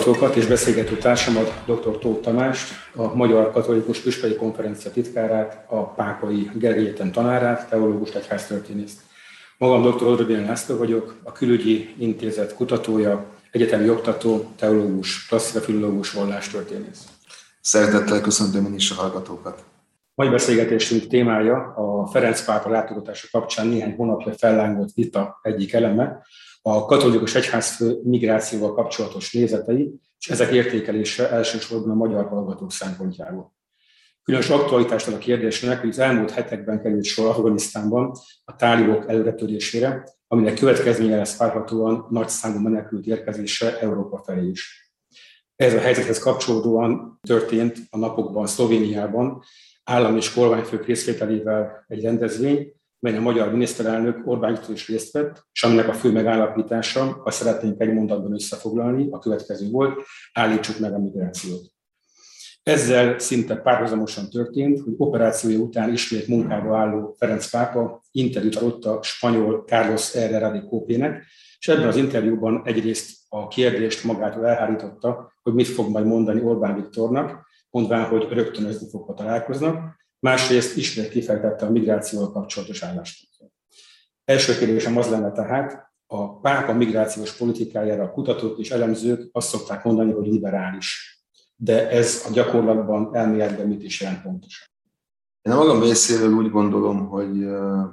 hallgatókat és beszélgető társamat, dr. Tóth Tamást, a Magyar Katolikus Püspöki Konferencia titkárát, a Pápai Gergely Egyetem tanárát, teológust, egyháztörténészt. Magam dr. Odrobin László vagyok, a Külügyi Intézet kutatója, egyetemi oktató, teológus, klasszika-filológus, vallástörténész. Szeretettel köszöntöm én is a hallgatókat. Mai beszélgetésünk témája a Ferenc pápa látogatása kapcsán néhány hónapja fellángolt vita egyik eleme, a katolikus egyházfő migrációval kapcsolatos nézetei, és ezek értékelése elsősorban a magyar hallgatók szempontjából. Különös aktualitást ad a kérdésnek, hogy az elmúlt hetekben került sor Afganisztánban a tálibok előretörésére, aminek következménye lesz várhatóan nagy számú menekült érkezése Európa felé is. Ez a helyzethez kapcsolódóan történt a napokban Szlovéniában állam és kormányfők részvételével egy rendezvény, melyen a magyar miniszterelnök Orbán Viktor is részt vett, és aminek a fő megállapítása, azt szeretnénk egy mondatban összefoglalni, a következő volt: állítsuk meg a migrációt. Ezzel szinte párhuzamosan történt, hogy operációja után ismét munkába álló Ferenc pápa interjút adott a spanyol Carlos Herrera de Copének, és ebben az interjúban egyrészt a kérdést magától elhárította, hogy mit fog majd mondani Orbán Viktornak, mondván, hogy rögtönözni fog, ha találkoznak, másrészt ismét kifejtette a migrációval kapcsolatos álláspontot. Első kérdésem az lenne tehát, a pápa migrációs politikájára a kutatók és elemzők azt szokták mondani, hogy liberális. De ez a gyakorlatban, elméletben mit is jelent pontosan? Én a magam részéről úgy gondolom, hogy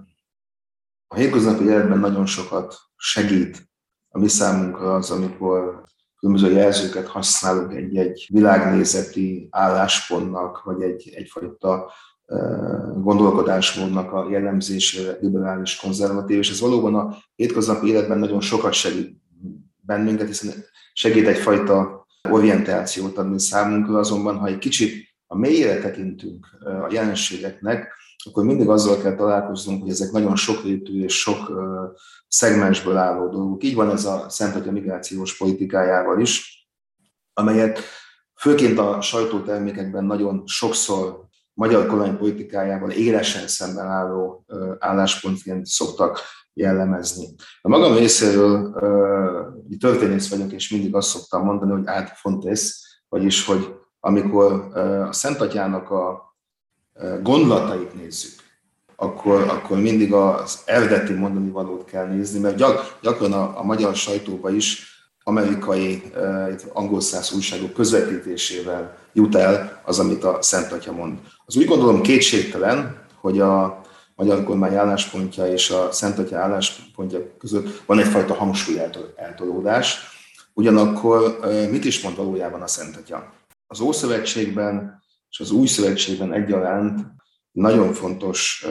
a hétköznapi életben nagyon sokat segít a mi számunkra az, amikor különböző jelzőket használunk egy világnézeti álláspontnak, vagy egyfajta gondolkodásmódnak a jellemzésére, liberális, konzervatív, és ez valóban a hétköznapi életben nagyon sokat segít bennünket, hiszen segít egyfajta orientációt adni számunkra, azonban ha egy kicsit a mélyére tekintünk a jelenségeknek, akkor mindig azzal kell találkoznunk, hogy ezek nagyon sokrétű és sok szegmensből álló dolgok. Így van ez a Szent Atya migrációs politikájával is, amelyet főként a sajtótermékekben nagyon sokszor magyar kormány politikájával élesen szemben álló álláspontként szoktak jellemezni. A magam részéről történész vagyok, és mindig azt szoktam mondani, hogy ad fontes, vagyis, hogy amikor a Szent Atyának a gondolatait nézzük, akkor mindig az eredeti mondani valót kell nézni, mert gyakran a magyar sajtóba is amerikai, angol száz újságok közvetítésével jut el az, amit a Szent Atya mond. Az úgy gondolom kétségtelen, hogy a magyar kormány álláspontja és a Szent Atya álláspontja között van egyfajta hangsúly eltolódás. Ugyanakkor mit is mond valójában a Szent Atya? Az Ószövetségben és az Új Szövetségben egyaránt nagyon fontos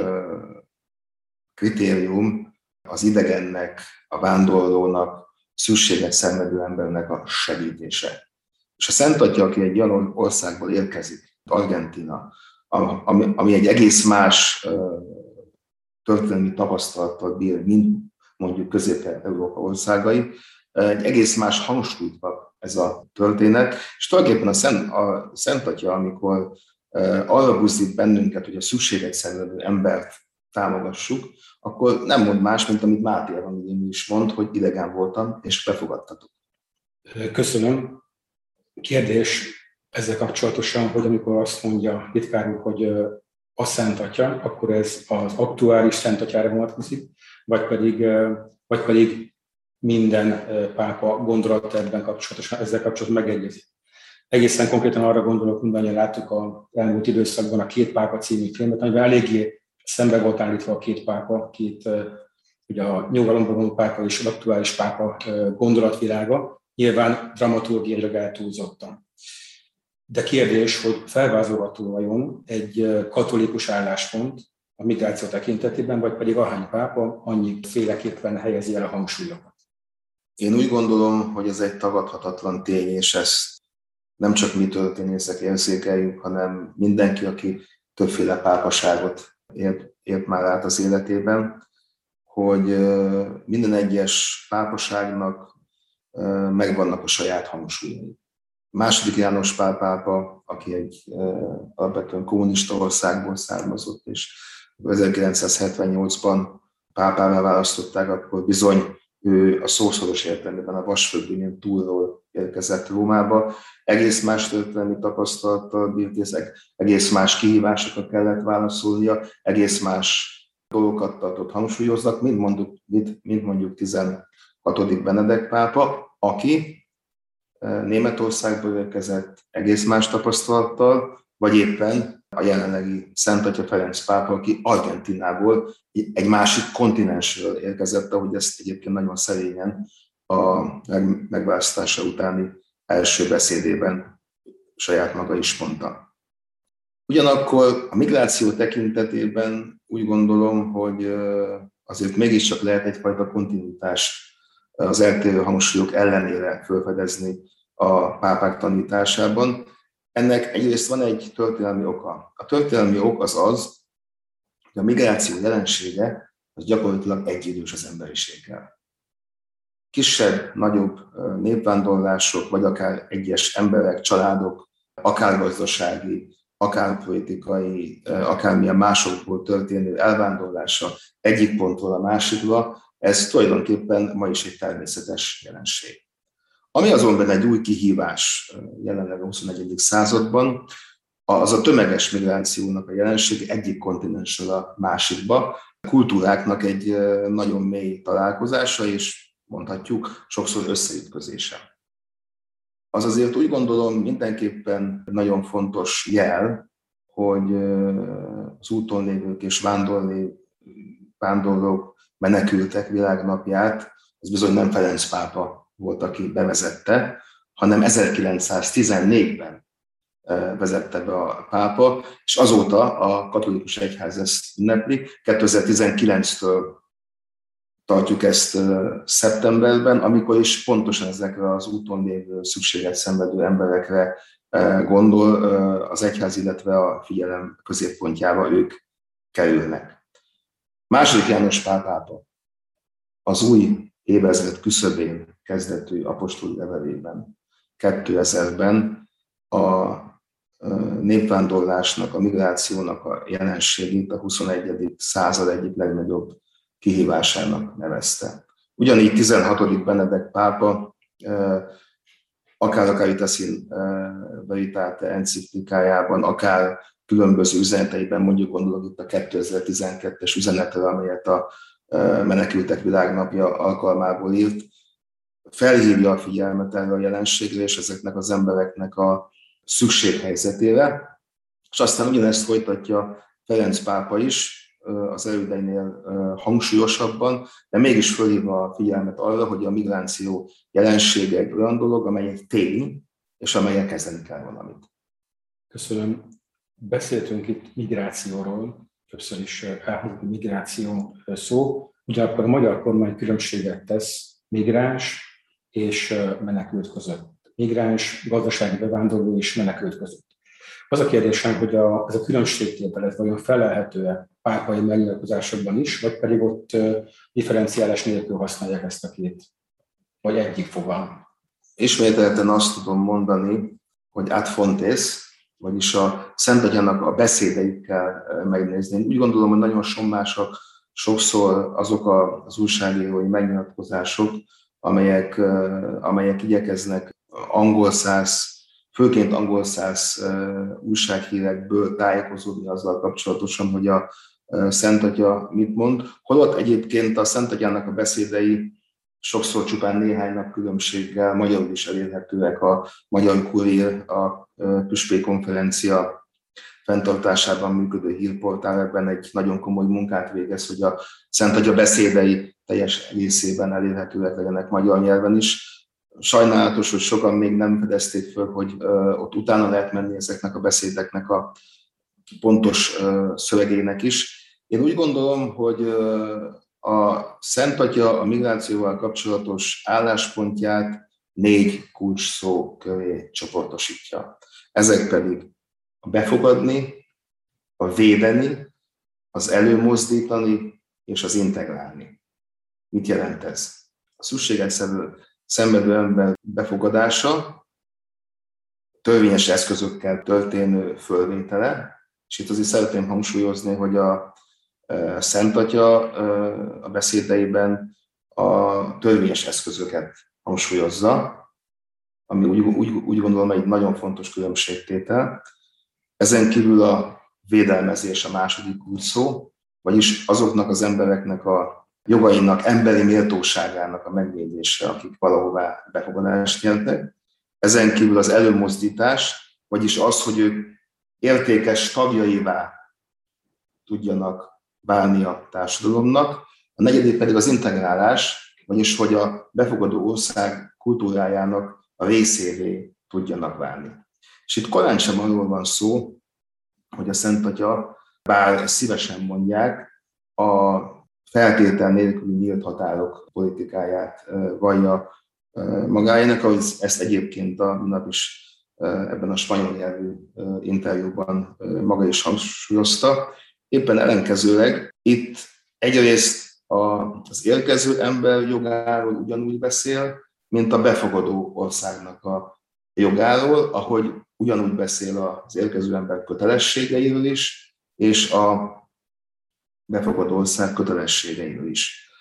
kritérium az idegennek, a vándorlónak, szükséget szenvedő embernek a segítése. És a Szent Atya, aki egy olyan országból érkezik, Argentína, ami egy egész más történelmi tapasztalattal bír, mint mondjuk Közép-Európa országai, egy egész más hangsúlyt kap ez a történet, és tulajdonképpen a Szent Atya, amikor arra buzdít bennünket, hogy a szükséget szenvedő embert támogassuk, akkor nem mond más, mint amit Máté evangélium is mond, hogy idegen voltam, és befogadtatok. Köszönöm. Kérdés ezzel kapcsolatosan, hogy amikor azt mondja titkár úr, hogy a Szent Atya, akkor ez az aktuális Szent Atyára vonatkozik, vagy pedig minden pápa gondolat ezzel kapcsolatosan megegyezik. Egészen konkrétan arra gondolok, mindannyian láttuk az elmúlt időszakban a Két pápa című filmet, amiben eléggé szembe volt állítva a két pápa, ugye a nyugalomban vonó pápa és az aktuális pápa gondolatvilága, nyilván dramaturgiailag eltúlzottan. De kérdés, hogy felvázolható vajon egy katolikus álláspont a migráció tekintetében, vagy pedig ahány pápa annyi féleképpen helyezi el a hangsúlyokat? Én úgy gondolom, hogy ez egy tagadhatatlan tény, és ezt nem csak mi történészek érzékeljük, hanem mindenki, aki többféle pápaságot élt már át az életében, hogy minden egyes pápaságnak megvannak a saját hangsúlyai. Második János Pál pápa, aki egy alapvetően kommunista országból származott, és 1978-ban pápává választották, akkor bizony ő a szószoros értelmében a vasfüggönyön túlról érkezett Rómába. Egész más történelmi tapasztalattal bírt, egész más kihívásokat kellett válaszolnia, egész más dolgokat tartott hangsúlyoznak, mint mondjuk 16. Benedek pápa, aki Németországból érkezett egész más tapasztalattal, vagy éppen a jelenlegi Szent Atya Ferenc pápa, aki Argentinából, egy másik kontinensről érkezett, ahogy ezt egyébként nagyon szerényen a megválasztása utáni első beszédében saját maga is mondta. Ugyanakkor a migráció tekintetében úgy gondolom, hogy azért mégiscsak lehet egyfajta kontinuitást az eltérő hangsúlyok ellenére felfedezni a pápák tanításában. Ennek egyrészt van egy történelmi oka. A történelmi ok az, hogy a migráció jelensége az gyakorlatilag egyidős az emberiséggel. Kisebb, nagyobb népvándorlások, vagy akár egyes emberek, családok, akár gazdasági, akár politikai, akármilyen másokból történő elvándorlása egyik pontról a másikra, ez tulajdonképpen ma is egy természetes jelenség. Ami azonban egy új kihívás jelenleg a 21. században, az a tömeges migrációnak a jelenség egyik kontinensről a másikba, a kultúráknak egy nagyon mély találkozása, és mondhatjuk sokszor összeütközése. Az azért úgy gondolom mindenképpen nagyon fontos jel, hogy az úton lévők és vándorlók, menekültek világnapját, ez bizony nem Ferenc pápa volt, aki bevezette, hanem 1914-ben vezette be a pápa, és azóta a katolikus egyház ezt ünnepli. 2019-től tartjuk ezt szeptemberben, amikor is pontosan ezekre az úton lévő szükséget szenvedő emberekre gondol az egyház, illetve a figyelem középpontjába ők kerülnek. II. János Pál pápa az új évezred küszöbén kezdetű apostoli levelében 2000-ben a népvándorlásnak, a migrációnak a jelenségét a 21. század egyik legnagyobb kihívásának nevezte. Ugyanígy 16. Benedek pápa akár a Caritas in Veritate enciklikájában, akár különböző üzeneteiben, mondjuk gondolok itt a 2012-es üzenetre, amelyet a Menekültek Világnapja alkalmából írt, felhívja a figyelmet erre a jelenségre és ezeknek az embereknek a szükséghelyzetére, és aztán ugyanezt folytatja Ferenc pápa is, az elődeinél hangsúlyosabban, de mégis felhívva a figyelmet arra, hogy a migráció jelensége egy olyan dolog, amely egy tény, és amelyel kezdeni kell valamit. Köszönöm. Beszéltünk itt migrációról, többször is elhangzott migráció szó, ugyanakkor a magyar kormány különbséget tesz migráns és menekült között. Migráns, gazdasági bevándorló és menekült között. Az a kérdésem, hogy ez a különbségtétel, ez vajon felelhető-e pápai megnyilatkozásokban is, vagy pedig ott differenciálás nélkül használják ezt a két, vagy egyik fogalom? Ismételten azt tudom mondani, hogy ad fontes, vagyis a Szent Atyának a beszédeit kell megnézni. Én úgy gondolom, hogy nagyon sommásak sokszor azok az újságírói megnyilatkozások, amelyek igyekeznek főként angol száz újsághírekből tájékozódni azzal kapcsolatosan, hogy a Szent Atya mit mond. Holott egyébként a Szent Atyának a beszédei sokszor csupán néhány nap különbséggel magyarul is elérhetőek. A Magyar Kurír, a Püspök konferencia fenntartásában működő hírportál ebben egy nagyon komoly munkát végez, hogy a Szent Atya beszédei teljes egészében elérhetőek legyenek magyar nyelven is. Sajnálatos, hogy sokan még nem fedezték föl, hogy ott utána lehet menni ezeknek a beszédeknek a pontos szövegének is. Én úgy gondolom, hogy a Szent Atya a migrációval kapcsolatos álláspontját 4 kulcs szó köré csoportosítja. Ezek pedig a befogadni, a védeni, az előmozdítani és az integrálni. Mit jelent ez? A szükséget szenvedő ember befogadása, törvényes eszközökkel történő fölvétele, és itt azért szeretném hangsúlyozni, hogy a Szent Atya a beszédeiben a törvényes eszközöket hangsúlyozza, ami úgy gondolom egy nagyon fontos különbségtétel. Ezen kívül a védelmezés a második kulcsszó, vagyis azoknak az embereknek a jogainak, emberi méltóságának a megvédése, akik valahová befogadást nyertek. Ezen kívül az előmozdítás, vagyis az, hogy ők értékes tagjaivá tudjanak válni a társadalomnak. A negyedik pedig az integrálás, vagyis hogy a befogadó ország kultúrájának a részévé tudjanak válni. És itt korán sem arról van szó, hogy a Szent Atya, bár szívesen mondják, a feltétel nélküli nyílt határok politikáját vallja magáénak, ahogy ezt egyébként a minap is ebben a spanyol nyelvű interjúban maga is hangsúlyozta. Éppen ellenkezőleg itt egyrészt az érkező ember jogáról ugyanúgy beszél, mint a befogadó országnak a jogáról, ahogy ugyanúgy beszél az érkező ember kötelességeiről is, és a befogadó ország kötelességeiről is.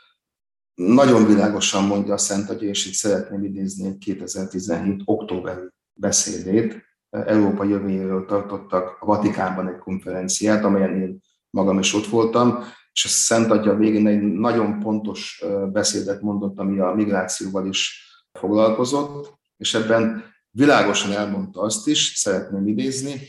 Nagyon világosan mondja a Szent Atya, és itt szeretném idézni 2017. októberi beszédét. Európa jövőjéről tartottak a Vatikánban egy konferenciát, amelyen én magam is ott voltam, és a Szent Atya végén egy nagyon pontos beszédet mondott, ami a migrációval is foglalkozott, és ebben világosan elmondta azt is, szeretném idézni,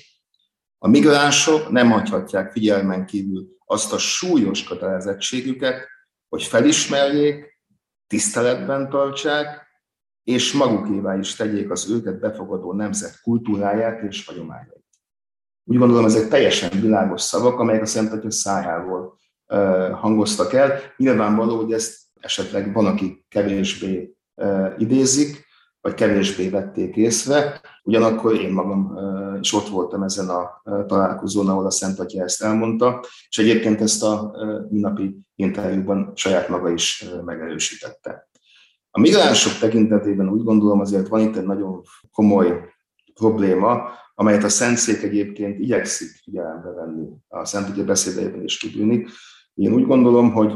a migránsok nem hagyhatják figyelmen kívül azt a súlyos kötelezettségüket, hogy felismerjék, tiszteletben tartsák, és magukévá is tegyék az őket befogadó nemzet kultúráját és hagyományait. Úgy gondolom, ezek teljesen világos szavak, amelyek a Szent Atya szájából hangoztak el. Nyilvánvaló, hogy ezt esetleg van, aki kevésbé idézik, vagy kevésbé vették észre. Ugyanakkor én magam is ott voltam ezen a találkozón, ahol a Szent Atya ezt elmondta, és egyébként ezt a minnapi interjúban saját maga is megerősítette. A migránsok tekintetében úgy gondolom, azért van itt egy nagyon komoly probléma, amelyet a Szentszék egyébként igyekszik figyelembe venni. A Szent Atya beszédeiben is kitűnik. Én úgy gondolom, hogy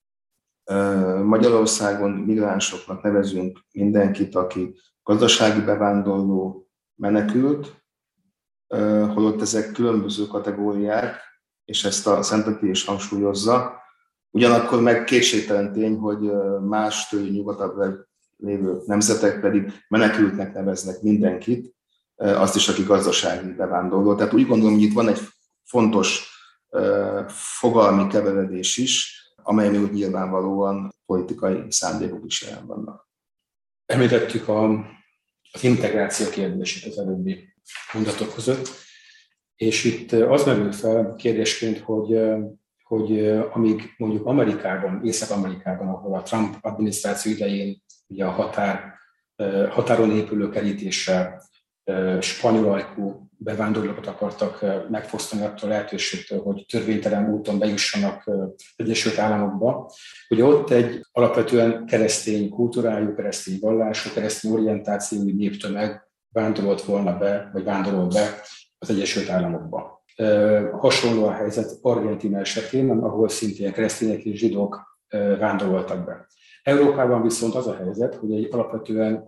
Magyarországon migránsoknak nevezünk mindenkit, aki gazdasági bevándorló, menekült, holott ezek különböző kategóriák, és ezt a Szent Atya is hangsúlyozza. Ugyanakkor meg kétségtelen tény, hogy más tőlük nyugatabbra lévő nemzetek pedig menekültnek neveznek mindenkit, azt is, aki gazdasági bevándorló. Tehát úgy gondolom, hogy itt van egy fontos fogalmi keveredés is, amely még nyilvánvalóan politikai szándékok is jelen vannak. Említettük az integráció kérdését az előbbi mondatok között, és itt az merül fel kérdésként, hogy amíg mondjuk Amerikában, Észak-Amerikában, ahol a Trump adminisztráció idején ugye a határon épülő kerítéssel spanyol ajkú bevándorlókat akartak megfosztani attól a lehetőségtől, hogy törvénytelen úton bejussanak Egyesült Államokba. Ugye ott egy alapvetően keresztény kultúrájú, keresztény vallású, keresztény orientációú néptömeg vándorolt volna be, vagy vándorol be az Egyesült Államokba. Hasonló a helyzet Argentína esetén, ahol szintén keresztények és zsidók vándoroltak be. Európában viszont az a helyzet, hogy egy alapvetően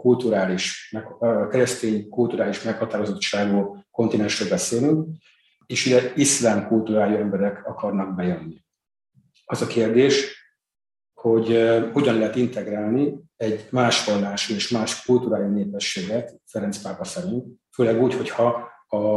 keresztény kulturális meghatározottságú kontinensről beszélünk, és ide iszlám kultúrájú emberek akarnak bejönni. Az a kérdés, hogy hogyan lehet integrálni egy más vallású és más kultúrájú népességet Ferenc pápa szerint, főleg úgy, hogyha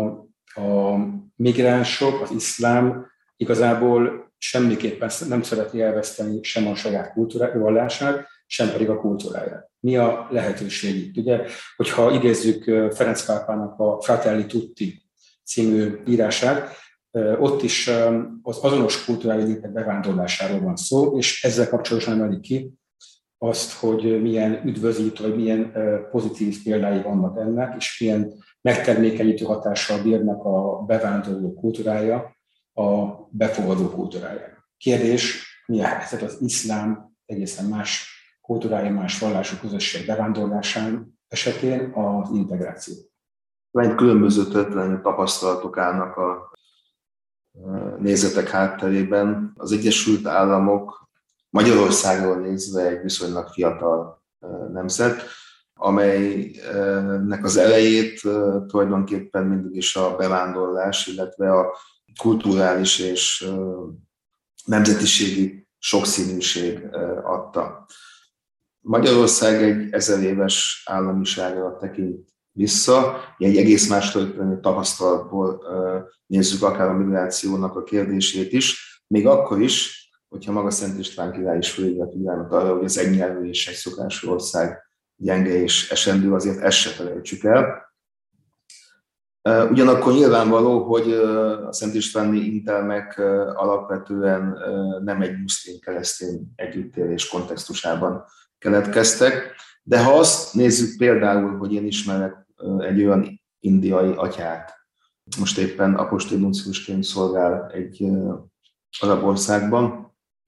a migránsok, az iszlám igazából semmiképpen nem szereti elveszteni sem a saját vallását, sem pedig a kultúráját. Mi a lehetőség itt? Ugye, hogyha idézzük Ferenc pápának a Fratelli Tutti című írását, ott is az azonos kultúrájú népek bevándorlásáról van szó, és ezzel kapcsolatosan emelik ki azt, hogy milyen üdvözítő, vagy milyen pozitív példái vannak ennek, és milyen megtermékenyítő hatással bírnak a bevándorló kultúrája a befogadó kultúrájára. Kérdés, mi a helyzet az iszlám egészen más kultúrája, más vallású közösség bevándorlásán esetén az integráció? Egy különböző történelmi tapasztalatok állnak a nézetek hátterében. Az Egyesült Államok Magyarországról nézve egy viszonylag fiatal nemzet, amelynek az elejét tulajdonképpen mindig is a bevándorlás, illetve a kulturális és nemzetiségi sokszínűség adta. Magyarország egy 1000 éves államiságra tekint vissza, egy egész más történelmi tapasztalatból nézzük akár a migrációnak a kérdését is, még akkor is, hogyha maga Szent István király is fölhívja a figyelmet arra, hogy az egynyelvű és egyszokású ország gyenge és esendő, azért ezt se felejtsük el. Ugyanakkor nyilvánvaló, hogy a Szent Istváni intelmek alapvetően nem egy muszlim-keresztény együttélés kontextusában keletkeztek, de ha azt nézzük például, hogy én ismerek egy olyan indiai atyát, most éppen apostoli nunciusként szolgál egy arab országban,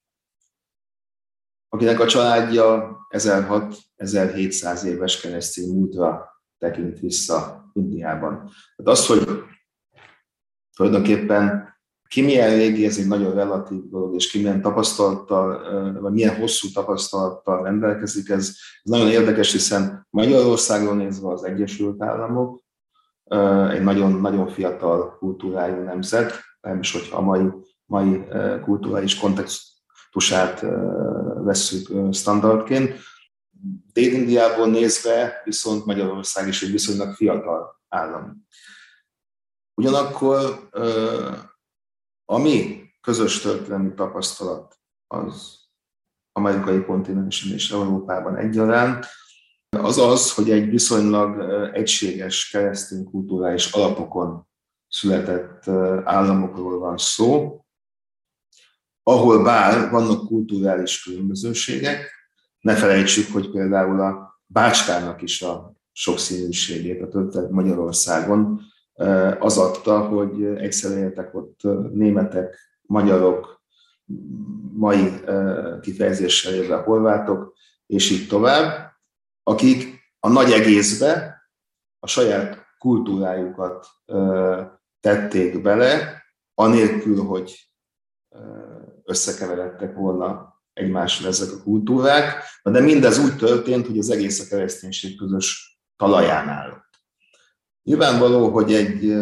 akinek a családja 1600-1700 éves keresztény múltra tekint vissza Indiában. Tehát az, hogy tulajdonképpen ki milyen régi, ez egy nagyon relatív dolog, és ki milyen tapasztalattal, vagy milyen hosszú tapasztalattal rendelkezik, ez nagyon érdekes, hiszen Magyarországon nézve az Egyesült Államok egy nagyon fiatal kultúrájú nemzet, nem is, hogyha a mai kulturális kontextusát vesszük standardként. Dél-Indiából nézve viszont Magyarország is egy viszonylag fiatal állam. Ugyanakkor a mi közös történelmi tapasztalat az amerikai kontinensen és Európában egyaránt, az, hogy egy viszonylag egységes keresztény kulturális alapokon született államokról van szó, ahol bár vannak kulturális különbözőségek, ne felejtsük, hogy például a Bácskának is a sokszínűségét a történet Magyarországon az adta, hogy egyszer éltek ott németek, magyarok, mai kifejezéssel élve horvátok, és így tovább, akik a nagy egészbe a saját kultúrájukat tették bele, anélkül, hogy összekeveredtek volna egymással ezek a kultúrák, de mindez úgy történt, hogy az egész a kereszténység közös talaján állott. Nyilvánvaló, hogy egy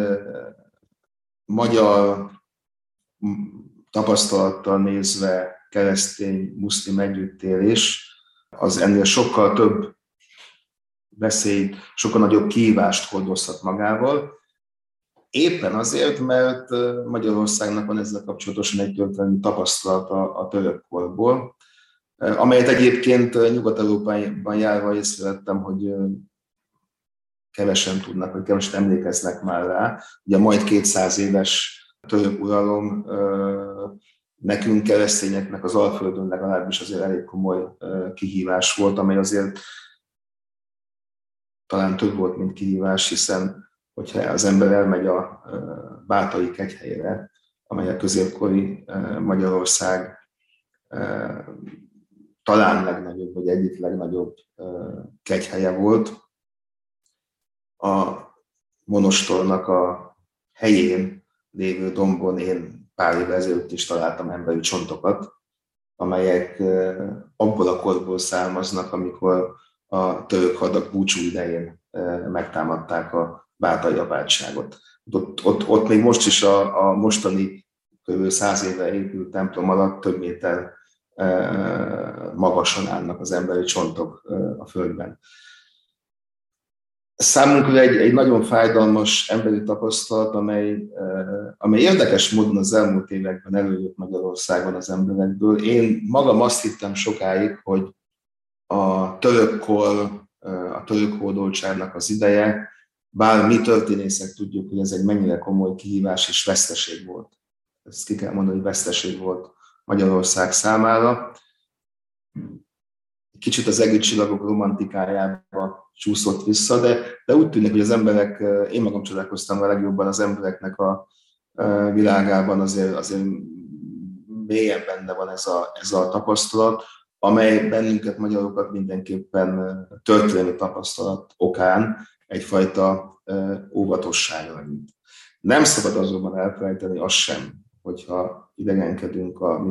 magyar tapasztalattal nézve keresztény-muszlim együttélés az ennél sokkal több veszélyt, sokkal nagyobb kihívást hordozhat magával. Éppen azért, mert Magyarországnak van ezzel kapcsolatosan egy történelmi tapasztalata a török korból, amelyet egyébként Nyugat-Európában járva észrevettem, hogy kevesen tudnak, vagy kevesen emlékeznek már rá. Ugye majd 200 éves török uralom nekünk keresztényeknek az Alföldön legalábbis azért elég komoly kihívás volt, amely azért talán több volt, mint kihívás, hiszen hogyha az ember elmegy a Bátai kegyhelyre, amely a középkori Magyarország talán legnagyobb, vagy egyik legnagyobb kegyhelye volt, a monostornak a helyén lévő dombon én pár évvel ezelőtt is találtam emberi csontokat, amelyek abból a korból származnak, amikor a török hadak búcsú idején megtámadták a bátai apátságot. Ott még most is a mostani kb. 100 éve épült templom alatt több méter magasan állnak az emberi csontok a földben. Számunkra egy nagyon fájdalmas emberi tapasztalat, amely érdekes módon az elmúlt években előjött Magyarországon az emberekből. Én magam azt hittem sokáig, hogy a török kor, a török hódoltságnak az ideje, bár mi történészek tudjuk, hogy ez egy mennyire komoly kihívás és veszteség volt. Ezt ki kell mondani, hogy veszteség volt Magyarország számára. Kicsit az egri csillagok romantikájába csúszott vissza, de úgy tűnik, hogy az emberek, én magam csodálkoztam a legjobban az embereknek a világában, azért mélyen benne van ez a tapasztalat, amely bennünket, magyarokat mindenképpen történelmi tapasztalat okán egyfajta óvatosságra nyit. Nem szabad azonban elfelejteni azt sem, hogyha idegenkedünk a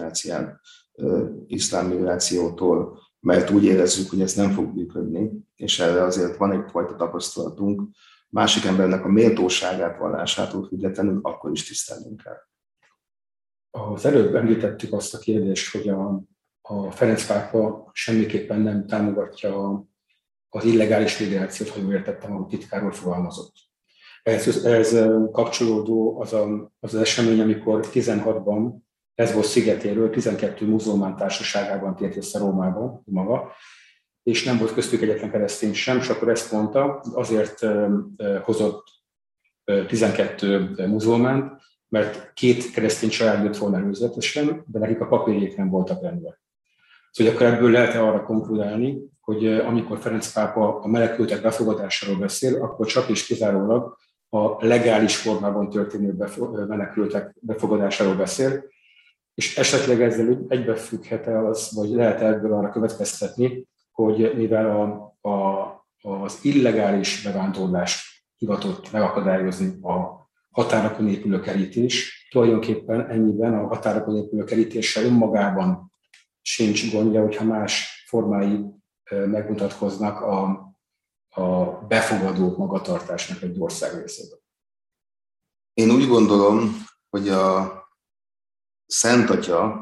iszlám migrációtól, mert úgy érezzük, hogy ez nem fog működni, és erre azért van egyfajta tapasztalatunk, másik embernek a méltóságát, vallásától függetlenül, akkor is tisztelnünk kell. Az előbb említettük azt a kérdést, hogy a Ferenc pápa semmiképpen nem támogatja az illegális migrációt, ha jól értettem, ahogy titkár úr fogalmazott. Ez kapcsolódó az esemény, amikor 16-ban Lesbos szigetéről 12 muzulmán társaságában tért vissza Rómába maga, és nem volt köztük egyetlen keresztény sem, és akkor ezt mondta, azért hozott 12 muzulmánt, mert 2 keresztény család jött volna előzetesen, de nekik a papírjék nem voltak rendben. Szóval akkor ebből lehet arra konkludálni, hogy amikor Ferenc pápa a menekültek befogadásáról beszél, akkor csak és kizárólag a legális formában történő menekültek befogadásáról beszél, és esetleg ezzel egybefügghet-e az, vagy lehet ebből arra következtetni, hogy mivel az illegális bevándorlást hivatott megakadályozni a határokon épülő kerítés, tulajdonképpen ennyiben a határokon épülő kerítéssel önmagában sincs gondja, hogyha más formái megmutatkoznak a befogadó magatartásnak egy ország részében. Én úgy gondolom, hogy a Szent Atya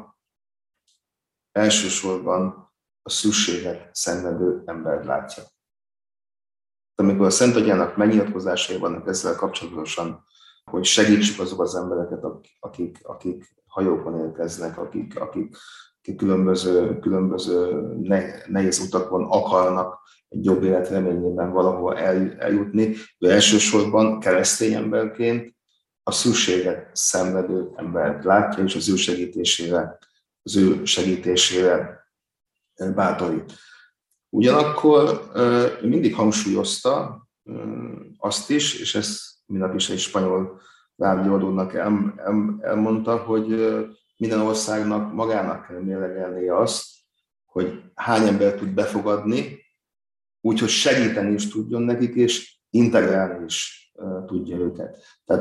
elsősorban a szükséget szenvedő embert látja. Amikor a Szent Atyának megnyilatkozásai vannak ezzel kapcsolatosan, hogy segítsük azok az embereket, akik hajókon érkeznek, akik különböző nehéz utakon akarnak egy jobb élet reményében valahol eljutni, de elsősorban keresztény emberként a szükséget szenvedő embert látja, és az ő segítésére bátorít. Ugyanakkor mindig hangsúlyozta azt is, és ezt minap is egy spanyol rádióadónak elmondta, hogy minden országnak magának kell mérlegelnie azt, hogy hány ember tud befogadni, úgyhogy segíteni is tudjon nekik, és integrálni is tudja őket. Tehát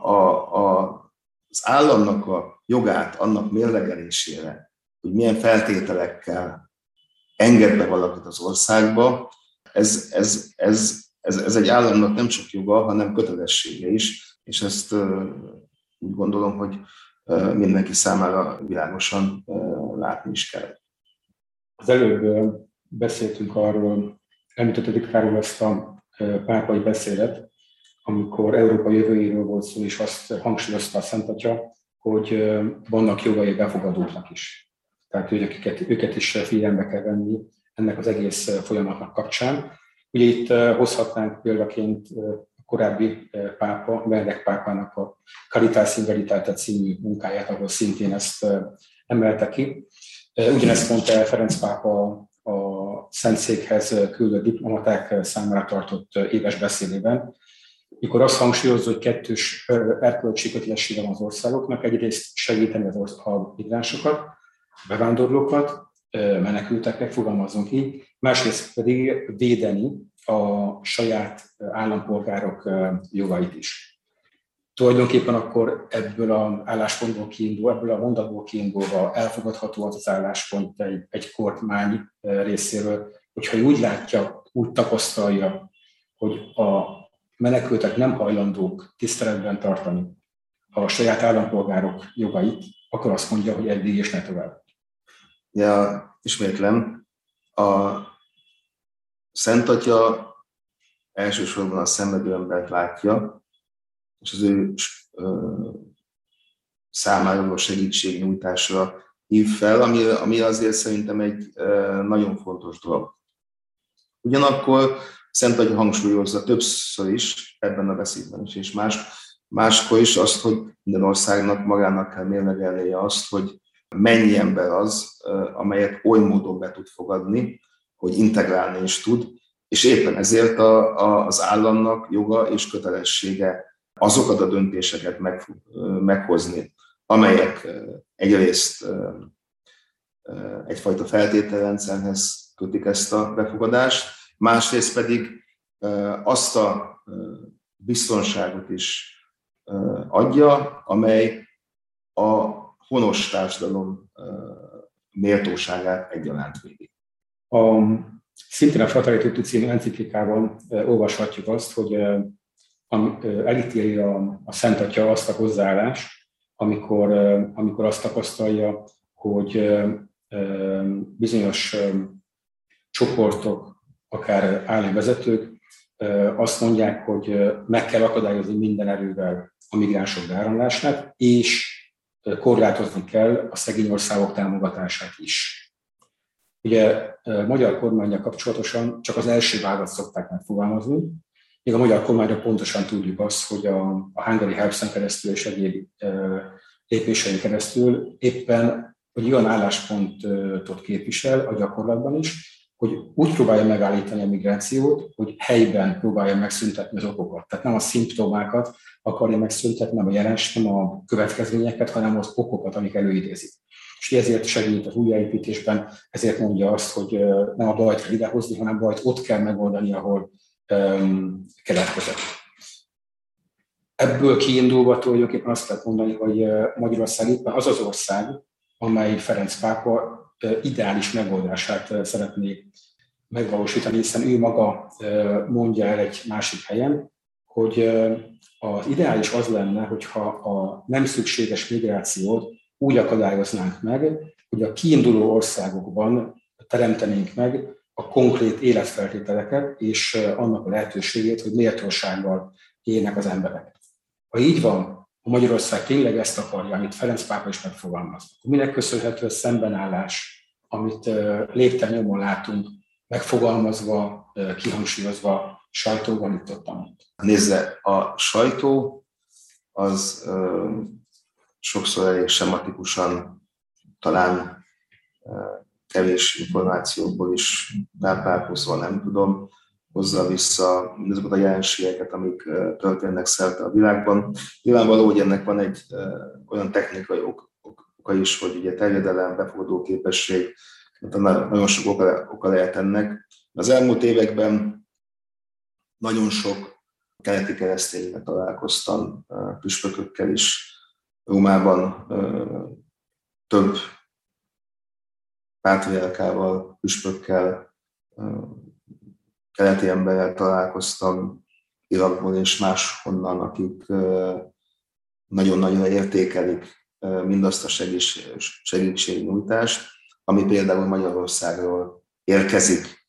az államnak a jogát annak mérlegelésére, hogy milyen feltételekkel enged be valakit az országba, ez egy államnak nem csak joga, hanem kötelessége is, és ezt úgy gondolom, hogy mindenki számára világosan látni is kell. Az előbb beszéltünk arról, említette titkár ezt a pápai beszédet, amikor Európa jövőjéről volt szó, és azt hangsúlyozta a Szent Atya, hogy vannak jogai befogadóknak is. Tehát őket is figyelembe kell venni ennek az egész folyamatnak kapcsán. Ugye itt hozhatnánk példaként a korábbi pápa, Benedek pápának a Caritas in Veritate című munkáját, ahol szintén ezt emelte ki. Ugyanezt mondta el Ferenc pápa a Szentszékhez küldött diplomaták számára tartott éves beszédében, mikor azt hangsúlyozza, hogy kettős erkölcsi kötelessége van az országoknak, egyrészt segíteni a migránsokat, bevándorlókat, menekülteknek, fogalmazunk így, másrészt pedig védeni a saját állampolgárok jogait is. Tulajdonképpen akkor ebből az álláspontból kiindul, ebből a mondatból kiindulva elfogadható az álláspont egy kormány részéről, hogyha úgy látja, úgy tapasztalja, hogy a menekültek nem hajlandók tiszteletben tartani a saját állampolgárok jogait, akkor azt mondja, hogy eddig és ne tovább. Ja, ismétlem, a Szent Atya elsősorban a szenvedő embert látja, és az ő számára a segítségnyújtásra hív fel, ami azért szerintem egy nagyon fontos dolog. Ugyanakkor Szent Atya hangsúlyozza többször is, ebben a beszédben is, és máskor is azt, hogy minden országnak magának kell mérlegelnie azt, hogy mennyi ember az, amelyet oly módon be tud fogadni, hogy integrálni is tud, és éppen ezért az államnak joga és kötelessége azokat a döntéseket meghozni, amelyek egyrészt egyfajta feltételrendszerhez kötik ezt a befogadást, másrészt pedig azt a biztonságot is adja, amely a honos társadalom méltóságát egyaránt védi. Szintén a Fratelli Tutti című enciklikában olvashatjuk azt, hogy elítéli a Szent Atya azt a hozzáállást, amikor azt tapasztalja, hogy bizonyos csoportok, akár állami vezetők azt mondják, hogy meg kell akadályozni minden erővel a migránsok beáramlását, és korlátozni kell a szegény országok támogatását is. Ugye a magyar kormánnyal kapcsolatosan csak az első vádat szokták megfogalmazni, még a magyar kormányra pontosan tudjuk azt, hogy a Hungary Helps-en keresztül és egyéb lépésein keresztül éppen hogy olyan álláspontot képvisel a gyakorlatban is, hogy úgy próbálja megállítani a migrációt, hogy helyben próbálja megszüntetni az okokat. Tehát nem a szimptomákat akarja megszüntetni, nem a jelenséget, nem a következményeket, hanem az okokat, amik előidézik. És ezért segít az újjáépítésben, ezért mondja azt, hogy nem a bajt kell idehozni, hanem a bajt ott kell megoldani, ahol keletkezett. Ebből kiindulva tulajdonképpen azt lehet mondani, hogy Magyarország éppen az az ország, amely Ferenc pápa ideális megoldását szeretné megvalósítani, hiszen ő maga mondja el egy másik helyen, hogy az ideális az lenne, hogyha a nem szükséges migrációt úgy akadályoznánk meg, hogy a kiinduló országokban teremtenénk meg a konkrét életfeltételeket és annak a lehetőségét, hogy méltósággal élnek az emberek. Ha így van, ha Magyarország tényleg ezt akarja, amit Ferenc pápa is megfogalmaz, akkor minek köszönhető a szembenállás, amit lépten nyomon látunk, megfogalmazva, kihangsúlyozva sajtóban itt ott. Nézze, a sajtó az sokszor elég sematikusan, talán kevés információból is táplálkozva, nem tudom, hozza vissza azokat a jelenségeket, amik történnek szerte a világban. Nyilvánvaló, hogy ennek van egy olyan technikai oka is, hogy ugye terjedelem, befogadó képesség, nagyon sok oka lehet ennek. Az elmúlt években nagyon sok keleti keresztényekkel találkoztam, püspökökkel is. Rómában több pátriárkával, püspökkel, keleti emberrel találkoztam, Irakból és máshonnan, akik nagyon-nagyon értékelik mindazt a segítségnyújtást, ami például Magyarországról érkezik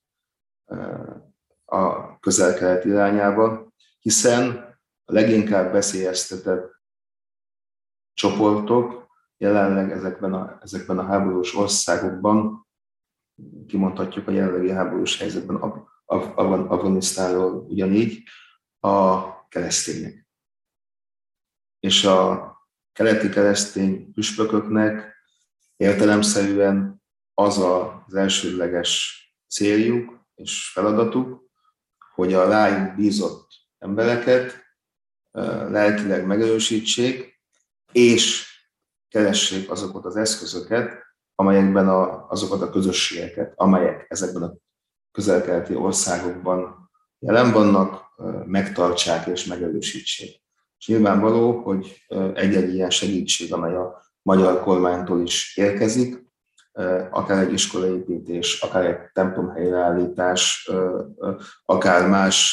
a közel-kelet irányába, hiszen a leginkább veszélyeztetett csoportok jelenleg ezekben a háborús országokban, kimondhatjuk a jelenlegi háborús helyzetben, Afganisztánról ugyanígy, a keresztények. És a keleti keresztény püspököknek értelemszerűen az az elsődleges céljuk és feladatuk, hogy a rájuk bízott embereket lelkileg megerősítsék, és keressék azokat az eszközöket, amelyekben azokat a közösségeket, amelyek ezekben a közel-keleti országokban jelen vannak, megtartsák és megerősítsék. És nyilvánvaló, hogy egy-egy ilyen segítség, amely a magyar kormánytól is érkezik, akár egy iskolaépítés, akár egy templom helyreállítás, akár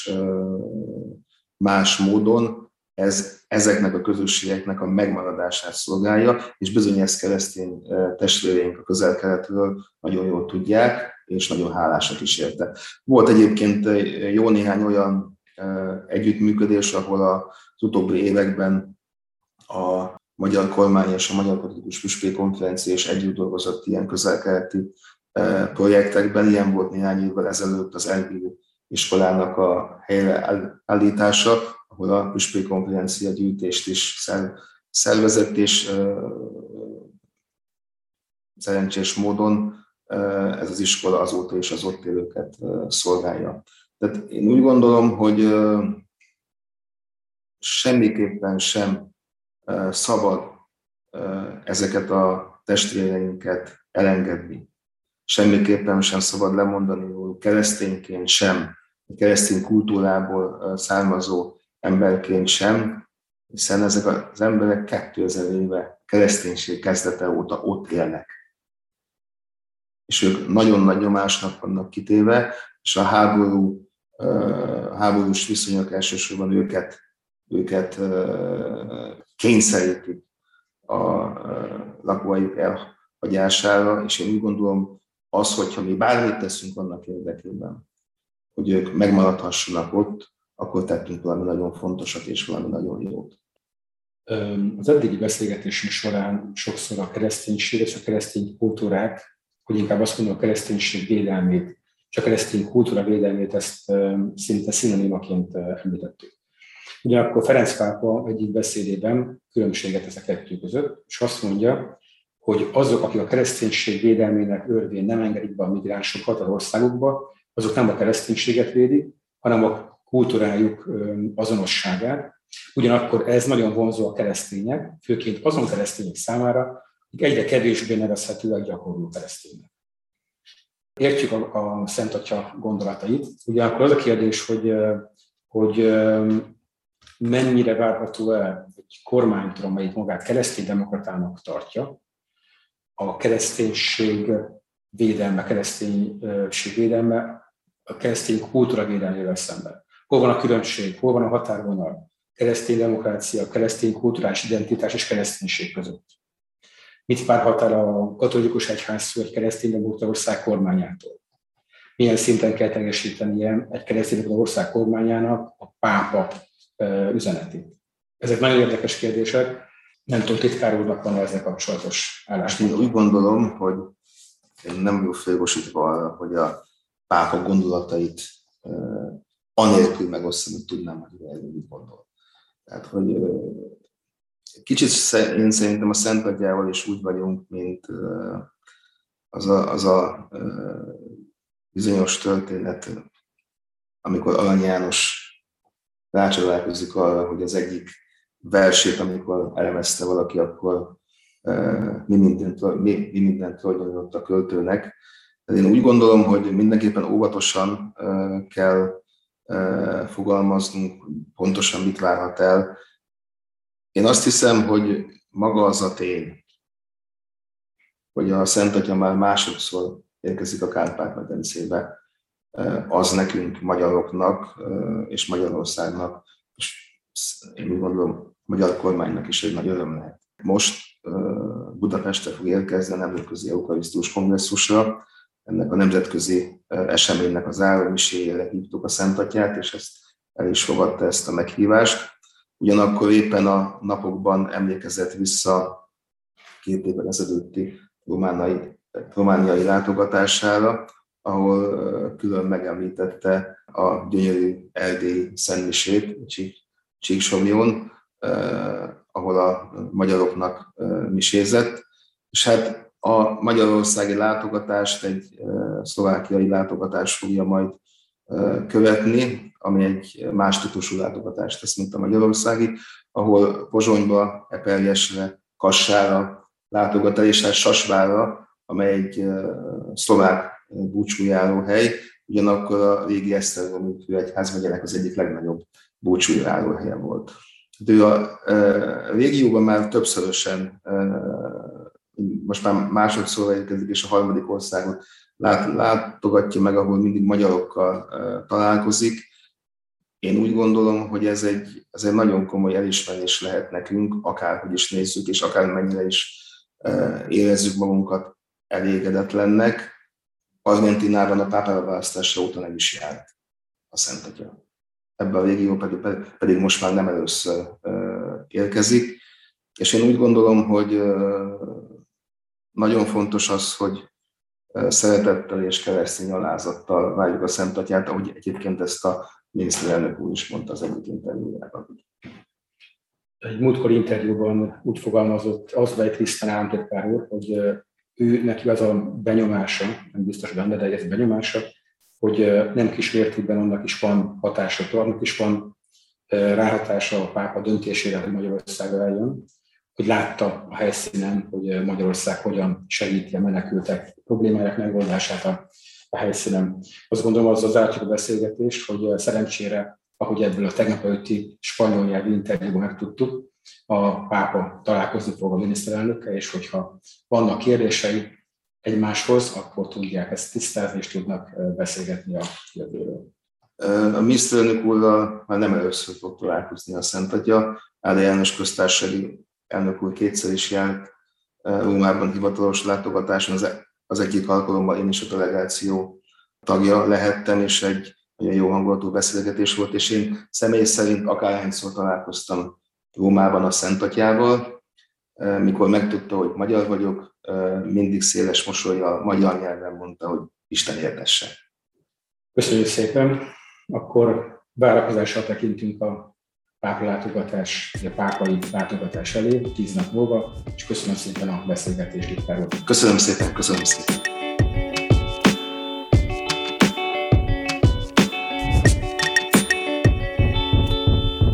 más módon, ezeknek a közösségeknek a megmaradását szolgálja, és bizony ezt keresztény testvéreink a közel-keletről nagyon jól tudják, és nagyon hálásak is érte. Volt egyébként jó néhány olyan együttműködés, ahol az utóbbi években a magyar kormány és a Magyar Katolikus Püspöki Konferencia is együtt dolgozott ilyen közel-keleti projektekben. Ilyen volt néhány évvel ezelőtt az Erbil iskolának a helyreállítása, ahol a Püspöki Konferencia gyűjtést is szervezett, és szerencsés módon ez az iskola azóta is az ott élőket szolgálja. Tehát én úgy gondolom, hogy semmiképpen sem szabad ezeket a testvéreinket elengedni. Semmiképpen sem szabad lemondani róluk keresztényként sem, keresztény kultúrából származó emberként sem. hiszen ezek az emberek 2000 éve kereszténység kezdete óta ott élnek. És ők nagyon nagy nyomásnak vannak kitéve, és a háborús viszonyok elsősorban őket kényszerítik a lakóhelyük elhagyására, és én úgy gondolom, hogyha mi bármit teszünk annak érdekében, hogy ők megmaradhassanak ott, akkor tettünk valami nagyon fontosat és valami nagyon jót. Az eddigi beszélgetésünk során sokszor a kereszténység és a keresztény kultúrák, hogy inkább azt mondom, a kereszténység védelmét, és a keresztény kultúra védelmét ezt szinte szinonimaként említettük. Ugyanakkor Ferenc pápa egyik beszédében különbséget tesz a kettő között, és azt mondja, hogy azok, akik a kereszténység védelmének örvén nem engedik be a migránsokat az országukba, azok nem a kereszténységet védik, hanem a kultúrájuk azonosságát. Ugyanakkor ez nagyon vonzó a keresztények, főként azon keresztények számára, akik egyre kevésbé nevezhetőek gyakorló keresztények. Értjük a Szent Atya gondolatait, ugyanakkor az a kérdés, hogy mennyire várható el egy kormánytól, amelyik magát kereszténydemokratának tartja, a kereszténység védelme, a keresztény kultúra védelmével szemben. Hol van a különbség, hol van a határvonal? Keresztény demokrácia, keresztény kulturális identitás és kereszténység között. Mit várhat el a katolikus egyházszó egy kereszténydemokrata ország kormányától? Milyen szinten kell teljesítenie egy kereszténydemokrata ország kormányának a pápa üzenetét? Ezek nagyon érdekes kérdések. Nem tudom, titkár úrnak van ezzel kapcsolatos álláspont. Én úgy gondolom, hogy én nem vagyok felgyorsítva arra, hogy a pápa gondolatait anélkül megosztom, hogy tudnám, hogy erről mit gondol. Tehát, hogy kicsit én szerintem a Szent Atyával is úgy vagyunk, mint az a bizonyos történet, amikor Arany János rácsodálkozik arra, hogy az egyik versét, amikor elemezte valaki, akkor mi mindent tulajdonított a költőnek. De én úgy gondolom, hogy mindenképpen óvatosan kell fogalmaznunk, pontosan mit várhat el. Én azt hiszem, hogy maga az a tény, hogy a Szent Atya már másodszor érkezik a Kárpát-medencébe, az nekünk, magyaroknak és Magyarországnak, és én úgy gondolom, a magyar kormánynak is egy nagy öröm lehet. Most Budapestre fog érkezni a Nemzetközi Eukarisztikus Kongresszusra, ennek a nemzetközi eseménynek az zárómiséjére hívtuk a Szent Atyát, és ezt el is fogadta ezt a meghívást. Ugyanakkor éppen a napokban emlékezett vissza 2 évvel ezelőtti romániai látogatására, ahol külön megemlítette a gyönyörű erdélyi szentmisét, Csíksomlyón, ahol a magyaroknak misézett. És hát a magyarországi látogatást egy szlovákiai látogatás fogja majd követni, ami egy más típusú látogatást tesz, mint a magyarországi, ahol Pozsonyba, Eperjesre, Kassára látogat el, és hát Sasvárra, amely egy szlovák búcsújáróhely, ugyanakkor a régi Esztergomi főegyházmegyének az egyik legnagyobb búcsújáróhelye volt. De ő a régióban már többszörösen, most már másodszorra érkezik, és a harmadik országot látogatja meg, ahol mindig magyarokkal találkozik. Én úgy gondolom, hogy ez egy nagyon komoly elismerés lehet nekünk, akárhogy is nézzük, és akármennyire is érezzük magunkat elégedetlennek. Argentinában a pápa választása óta nem is járt a Szent Atya. Ebben a régió pedig most már nem először érkezik. És én úgy gondolom, hogy nagyon fontos az, hogy szeretettel és keresztény alázattal várjuk a Szent Atyát, ahogy egyébként ezt a miniszterelnök úr is mondta az egyik interjújában. Egy múltkori interjúban úgy fogalmazott Azdai Krisztán államtitkár úr, hogy ő neki az a benyomása, nem biztos benne, de ez benyomása, hogy nem kis mértékben annak is van hatása, annak is van ráhatása a pápa döntésére, hogy Magyarországra eljön, hogy látta a helyszínen, hogy Magyarország hogyan segíti a menekültek problémájának megoldását a helyszínen. Azt gondolom, az átjuk a beszélgetés, hogy szerencsére ahogy ebből a tegnap előtti spanyol nyelvű interjúban megtudtuk, a pápa találkozni fog a miniszterelnökkel, és hogyha vannak kérdései egymáshoz, akkor tudják ezt tisztázni, és tudnak beszélgetni a jövőről. A miniszterelnök úrral már nem először fog találkozni a Szent Atya. Áder János köztársasági elnök úr kétszer is járt Rómában hivatalos látogatáson. Az egyik alkalommal én is a delegáció tagja lehettem, és egy nagyon jó hangulatú beszélgetés volt, és én személy szerint akárhányszor találkoztam Rómában a Szent Atyával, mikor megtudta, hogy magyar vagyok, mindig széles mosollyal magyar nyelven mondta, hogy Isten éltesse. Köszönjük szépen! Akkor várakozással tekintünk a pápai látogatás elé 10 nap múlva, és köszönöm szépen a beszélgetést, Lippár úr. Köszönöm szépen!